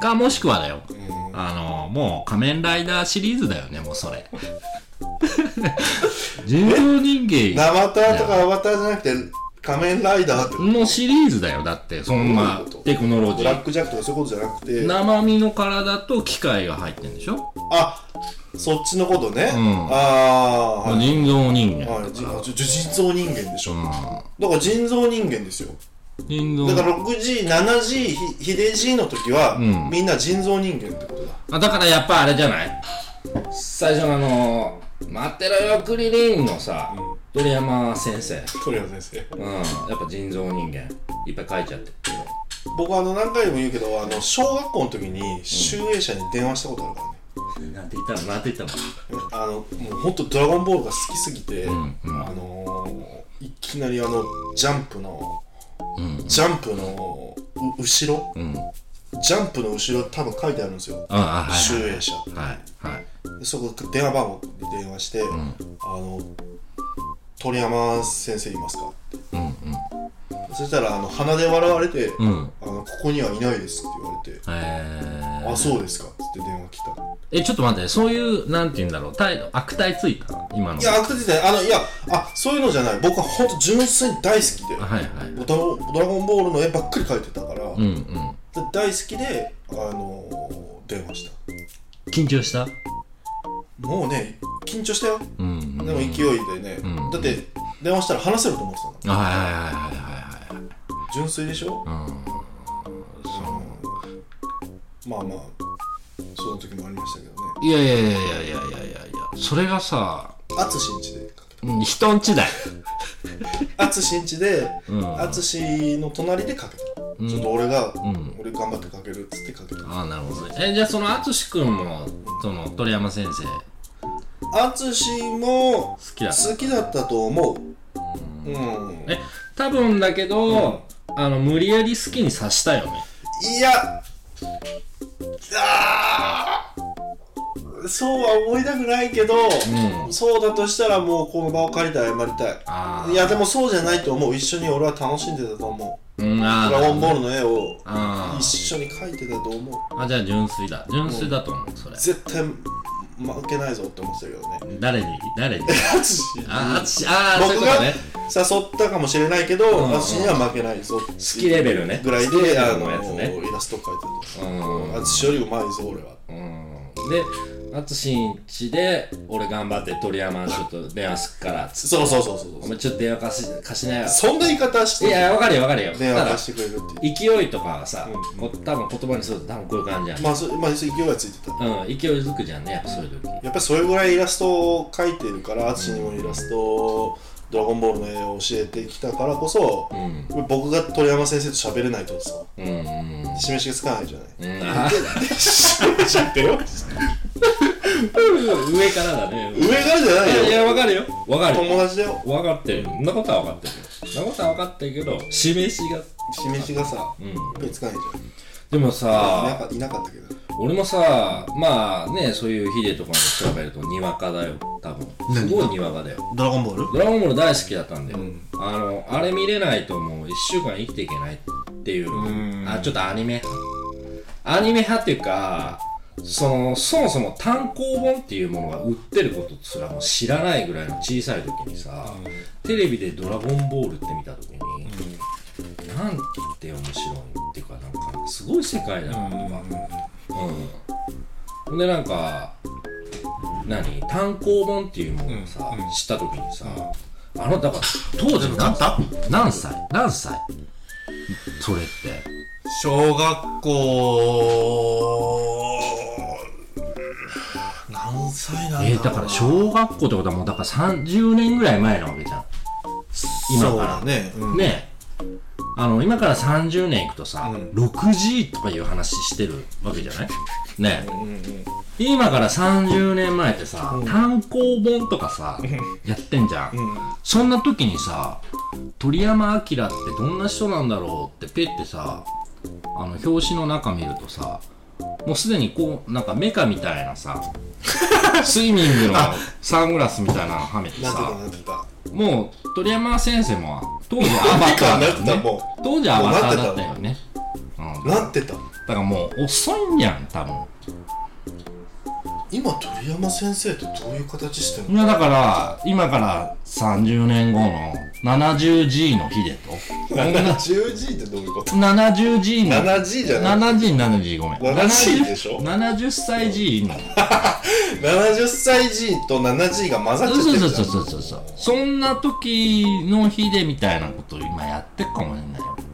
かもしくはだよ、もう仮面ライダーシリーズだよね、もうそれ。人造人間ナバターとかアバターじゃなくて仮面ライダーってのシリーズだよ。だってそんなテクノロジー、 ブラックジャックとかそういうことじゃなくて生身の体と機械が入ってんでしょ。 あ、そっちのことね、 ああ、人造人間、 人造人間でしょ、だから人造人間ですよ。だから 6G、7G、ヒデ G の時は、みんな人造人間ってことだ。 だからやっぱあれじゃない、最初の待ってろよクリリンのさ、鳥山先生、やっぱ人造人間いっぱい書いちゃってる。 僕何回も言うけど、小学校の時に集英社に電話したことあるからね。 なんて言ったのもうほんとドラゴンボールが好きすぎて、いきなりジャンプの後ろ、ジャンプの後ろ多分書いてあるんですよ、集英社って、でそこ電話番号に電話して、鳥山先生いますかって、そしたら鼻で笑われて、ここにはいないですって言われて、あ、そうですかって電話来た。 ちょっと待って、そういうなんて言うんだろう、悪態ついた今の。 いや、悪態ついてない。そういうのじゃない。僕は本当純粋に大好きで、ドラゴンボールの絵ばっかり描いてたから、大好きで電話した。 緊張した？ もうね、緊張したよ。でも勢いでね、だって電話したら話せると思ってたの。純粋でしょ。まあまあその時もありましたけどね。 いや、それがさ、 アツシんちでかけた。 人んちだよ。 アツシんちで、アツシの隣でかけた。ちょっと俺頑張ってかけるっつってかけた。 あ、なるほどね。じゃあそのアツシ君もその鳥山先生、 アツシも好きだったと思う。 多分だけど、無理やり好きにさしたよね。 いや、そうは思いたくないけど、そうだとしたらもうこの場を借りて謝りたい。いやでもそうじゃないと思う。一緒に俺は楽しんでたと思う。ドラゴンボールの絵を一緒に描いてたと思う。じゃあ純粋だと思う。それ絶対負けないぞって思ってたけどね。誰に僕が誘ったかもしれないけど、私には負けないぞ、好きレベルねぐらいでイラスト描いてた。私よりうまいぞ俺は。 で、アツシんちで俺頑張って鳥山ちょっと電話すっからっつって。そうお前ちょっと電話貸しなよ。 そんな言い方して。いや、 わかるよ電話貸してくれるっていう。 勢いとかさ、多分言葉にすると多分こういう感じじゃん。 まあ勢いがついてた。 勢いづくじゃんね、やっぱそういう時。 やっぱりそれぐらいイラストを描いてるから、アツシにもイラストドラゴンボールの絵を教えてきたからこそ、僕が鳥山先生と喋れないとさ、示しがつかないじゃない。示しってよ。 上からだね。 上からじゃないよ。 いや、わかるよ。友達だよ。 分かってる。そんなことは分かってるよ。そんなことは分かってるけど、示しがさ、やっぱりつかないじゃん。 でもさ、 いなかったけど。 俺もさ、まあね、そういうヒデとかに比べるとにわかだよ、多分。すごいにわかだよ。 ドラゴンボール大好きだったんだよ。あれ見れないともう1週間生きていけないっていう。ちょっとアニメ派っていうか、そもそも単行本っていうものが売ってることすらも知らないぐらいの小さい時にさ、テレビでドラゴンボールって見た時に、なんて面白いっていうか、なんかすごい世界だなとか。でなんか単行本っていうものをさ、知った時にさ、だから当時何歳それって小学校何歳なんだろうな。 だから小学校ってことはもうだから30年ぐらい前なわけじゃん、今からね。今から30年いくとさ、6G とかいう話してるわけじゃないね。今から30年前ってさ、単行本とかさ、やってんじゃん。そんな時にさ、鳥山明ってどんな人なんだろうってペッてさ、表紙の中見るとさ、もうすでにこうなんかメカみたいなさ、スイミングのサングラスみたいなのはめてさ、もう鳥山先生も当時アバターだったよね。当時アバターだったよね。 なってた。 だからもう遅いんやん多分。 今鳥山先生ってどういう形してんの？ いやだから今から30年後の 70G の日でと 70G ってどういうこと？ 70G の 7G じゃない？ 70G ごめん 7G でしょ ？70歳 G の 70歳 G と 7G が混ざっちゃってるじゃん。 そうそんな時の日でみたいなことを今やってっかもしれないよ。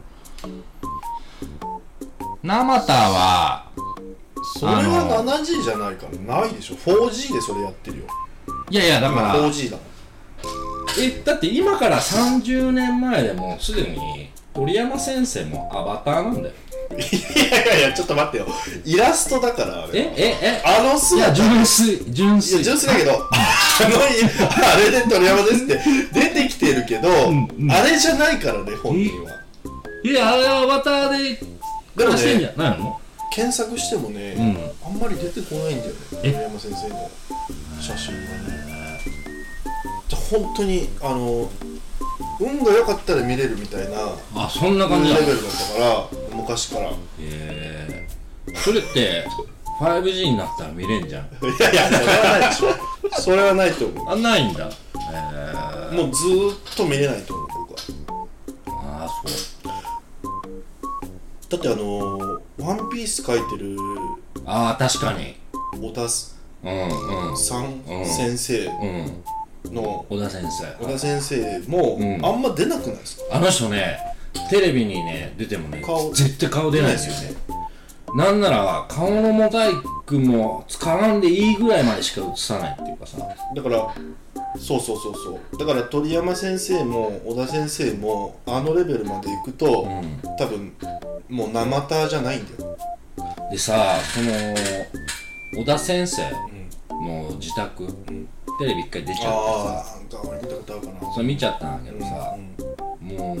生田はそれは 7G じゃないからないでしょ。 4G でそれやってるよ。 いやいやだから 4G だもん。 だって今から30年前でもすでに鳥山先生もアバターなんだよ。 いやちょっと待ってよ。イラストだからあれ。あの姿。 いや純粋だけどあれで鳥山ですって出てきてるけど、あれじゃないからね本人は。 いやあれはアバターで出してんじゃないの？ 検索してもね、あんまり出てこないんだよね鳥山先生の写真がね。本当に運が良かったら見れるみたいなそんな感じだレベルだったから昔から。 それって 5G になったら見れんじゃん。 いやそれはないでしょ。それはないと思う。 ないんだ。 もうずーっと見れないと思う僕は。 そうだってワンピース書いてる確かに小田さん先生の小田先生もあんま出なくないですか？ あの人ねテレビにね出てもね絶対顔出ないですよね。なんなら顔のモザイクも使わんでいいぐらいまでしか映さないっていうかさ。 だからそうだから鳥山先生も小田先生もレベルまで行くと、多分もう生ターじゃないんだよ。 でさその小田先生の自宅、テレビ一回出ちゃってさ見たことあるかな。 それ見ちゃったんだけどさ、もう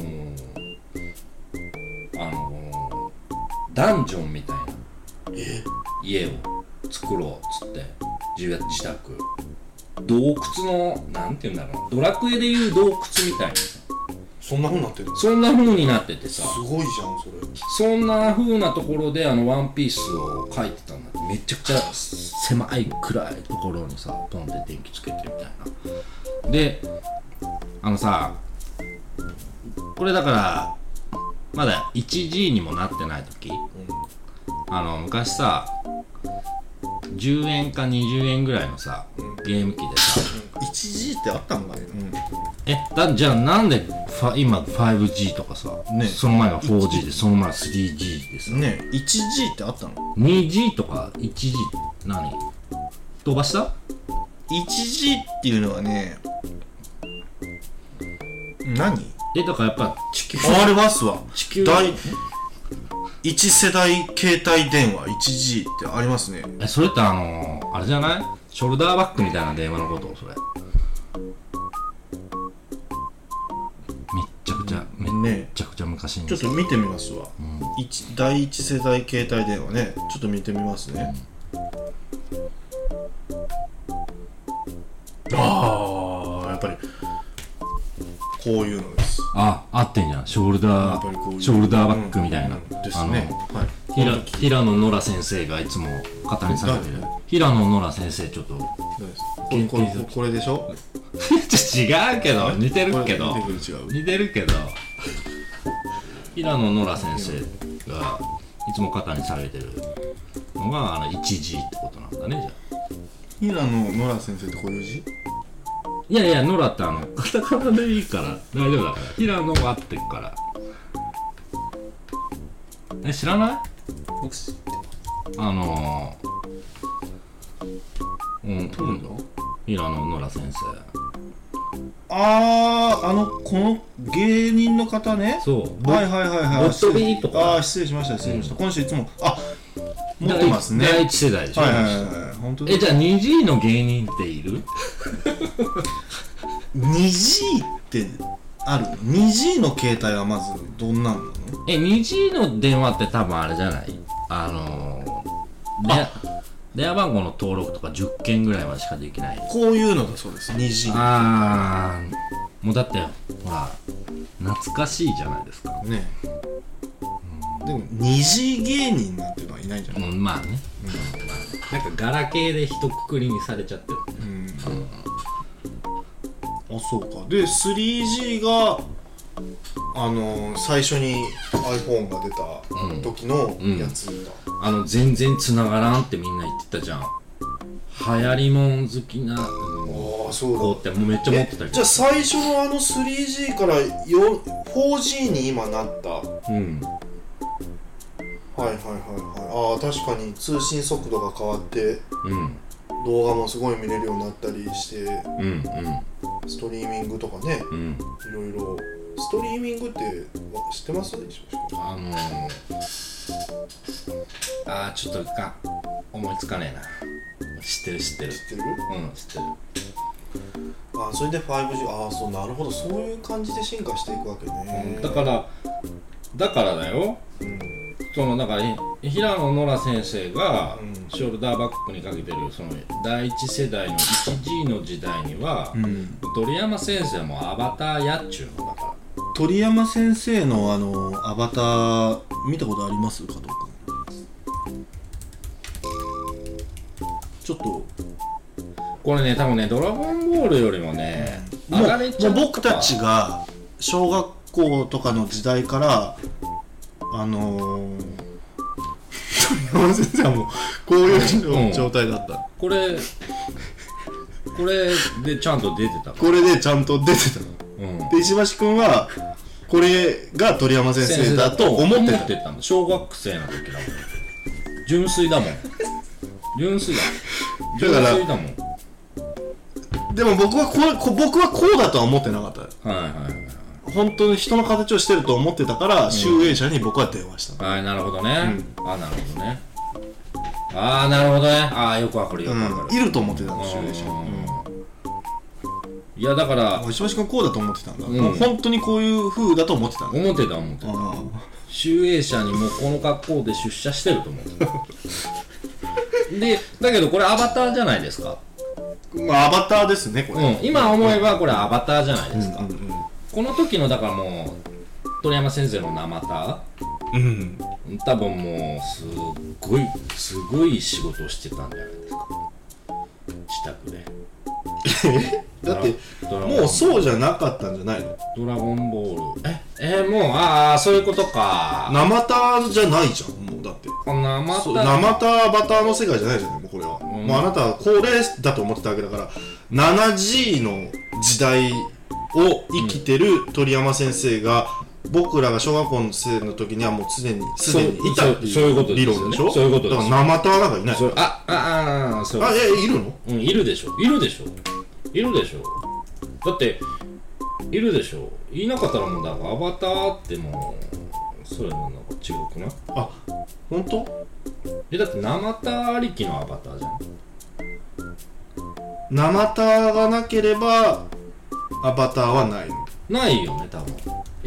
ダンジョンみたいな家を作ろうっつって自宅洞窟のなんていうんだろう、ドラクエでいう洞窟みたいなそんな風になってるの？ そんな風になっててさ、 すごいじゃんそれ。 そんな風なところでワンピースを描いてたんだって。めちゃくちゃ狭い暗いところにさポンって電気つけてみたいな。でさこれだからまだ 1G にもなってない時、昔さ10円か20円ぐらいのさゲーム機でさ、 1G ってあったんだよ。 じゃあなんで今 5G とかさ、その前が 4G でその前が 3G でさね、1G ってあったの？ 2G とか 1G 何飛ばした？ 1G っていうのはね何？ だからやっぱ地球あれますわ。地球第1世代携帯電話 1G ってありますね。 それってあれじゃない？ショルダーバッグみたいな電話のこと？それめっちゃくちゃ昔にちょっと見てみますわ、第1世代携帯電話ね。ちょっと見てみますね、やっぱりこういうのです。 合ってんじゃん。ショルダーバッグみたいな、 ですね。 平野ノラ先生がいつも語りされてる平野ノラ先生、ちょっとこれでしょ？ 違うけど似てるけど平野ノラ先生がいつも語りされてるのが1G ってことなんだね。じゃあ平野ノラ先生ってこういう字？ いやノラってカタカナでいいから大丈夫だから。平野が合ってるから。知らない？ 僕知って平野ノラ先生。 この芸人の方ね。 そう。 ボットビーとか。 失礼しました。この人いつも持ってますね。 第一世代でしょ。 本当だ。 じゃあ 2G の芸人っている？ 2G ってある？ 2G の携帯はまずどんなんなの ？2G の電話って多分あれじゃない？電話番号の登録とか10件ぐらいまでしかできない。 こういうのだそうです。2G。 もうだってほら懐かしいじゃないですか。 ね。 でも二次芸人なんていうのはいないんじゃない？ まあね、なんかガラケーで一括りにされちゃってる。 あ、そうか。で 3G が最初に iPhone が出た時のやつが、全然繋がらんってみんな言ってたじゃん。流行りもん好きなそうだ子ってもうめっちゃ持ってたけど、 じゃあ最初の3G から 4G に今なった。はいはいはいはい。確かに通信速度が変わって、動画もすごい見れるようになったりして、ストリーミングとかね、いろいろ。ストリーミングって知ってます？ ちょっと思いつかねえな。知ってる。知ってる。 それで 5G。そう、なるほど。そういう感じで進化していくわけね。 だからだよ。だから平野ノラ先生がショルダーバッグにかけてるその第一世代の 1G の時代には、鳥山先生もアバターやっちゅうのだから。 鳥山先生のアバター見たことありますかどうか。ちょっとこれね、多分ね、ドラゴンボールよりもね、 もう僕たちが小学校とかの時代から鳥山先生はもうこういう状態だった。 これでちゃんと出てた。 これでちゃんと出てたの。で石橋君はこれが鳥山先生だと思ってたの。小学生の時だもん。純粋だもん。純粋だもん。 でも僕はこうだとは思ってなかった。本当に人の形をしてると思ってたから集英社に僕は電話した。 なるほどね。なるほどね。なるほどね。よくわかる。 いると思ってたの、集英社。 いやだから石橋君こうだと思ってたんだ。本当にこういう風だと思ってたんだ。 思ってた。集英社にもこの格好で出社してると思ってた。でだけどこれアバターじゃないですか。 アバターですねこれ。 今思えばこれアバターじゃないですか。この時のだからもう鳥山先生の生ター、多分もうすごい仕事をしてたんじゃないですか、自宅で。 だってもうそうじゃなかったんじゃないの？ ドラゴンボールもうそういうことか。 生ターじゃないじゃん。もうだって生ターバターの世界じゃないじゃん。もうこれは、もうあなたはこれだと思ってたわけだから、 7G の時代を生きてる鳥山先生が、僕らが小学校生の時にはもうすでにいたっていう理論でしょ。 そういうことです。 だから生ターなんかいない。 そういるの？ いるでしょ。だっているでしょ。いなかったらもうだからアバターってもうそれのなんか違うくない？ 本当？ だって生ターありきのアバターじゃん。 生ターがなければアバターはないの？ ないよね多分。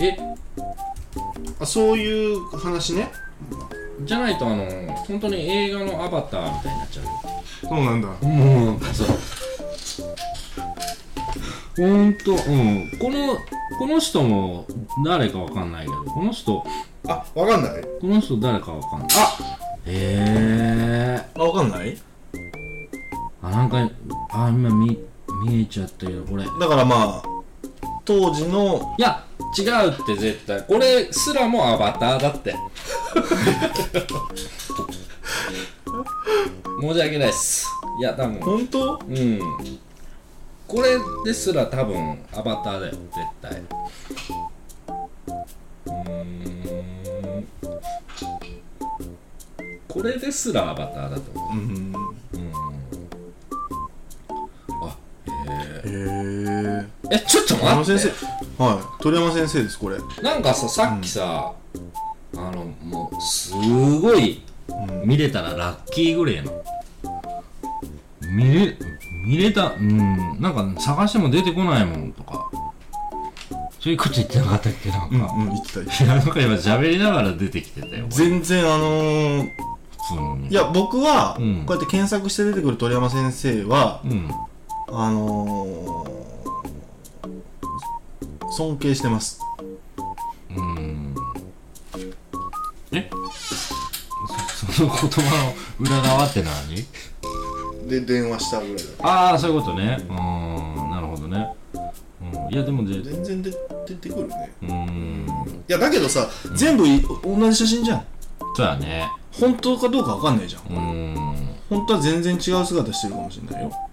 そういう話ね。 じゃないと本当に映画のアバターみたいになっちゃうよ。 そうなんだ。 本当、この人も誰かわかんないけど、この人わかんない。 この人誰かわかんない。 わかんない。 なんか今見えちゃったけど、これだから当時の、 いや違うって絶対。これすらもアバターだって。申し訳ないっす。いや多分本当？ これですら多分アバターだよ絶対。これですらアバターだと思う。ちょっと待って。 鳥山先生ですこれ。 なんかさっきさ、もうすごい見れたらラッキーぐらいの見れた、なんか探しても出てこないもんとか、そういうこと言ってなかったっけ？なんか言ってた。 なんか今喋りながら出てきてたよ。 全然普通に。 いや僕は、こうやって検索して出てくる鳥山先生は、尊敬してます。 その言葉の裏側って何で電話したぐらいだ。 ああそういうことね。なるほどね。いやでも全然出てくるね。いやだけどさ、全部同じ写真じゃん。 そうだね。 本当かどうかわかんないじゃん。本当は全然違う姿してるかもしれないよ。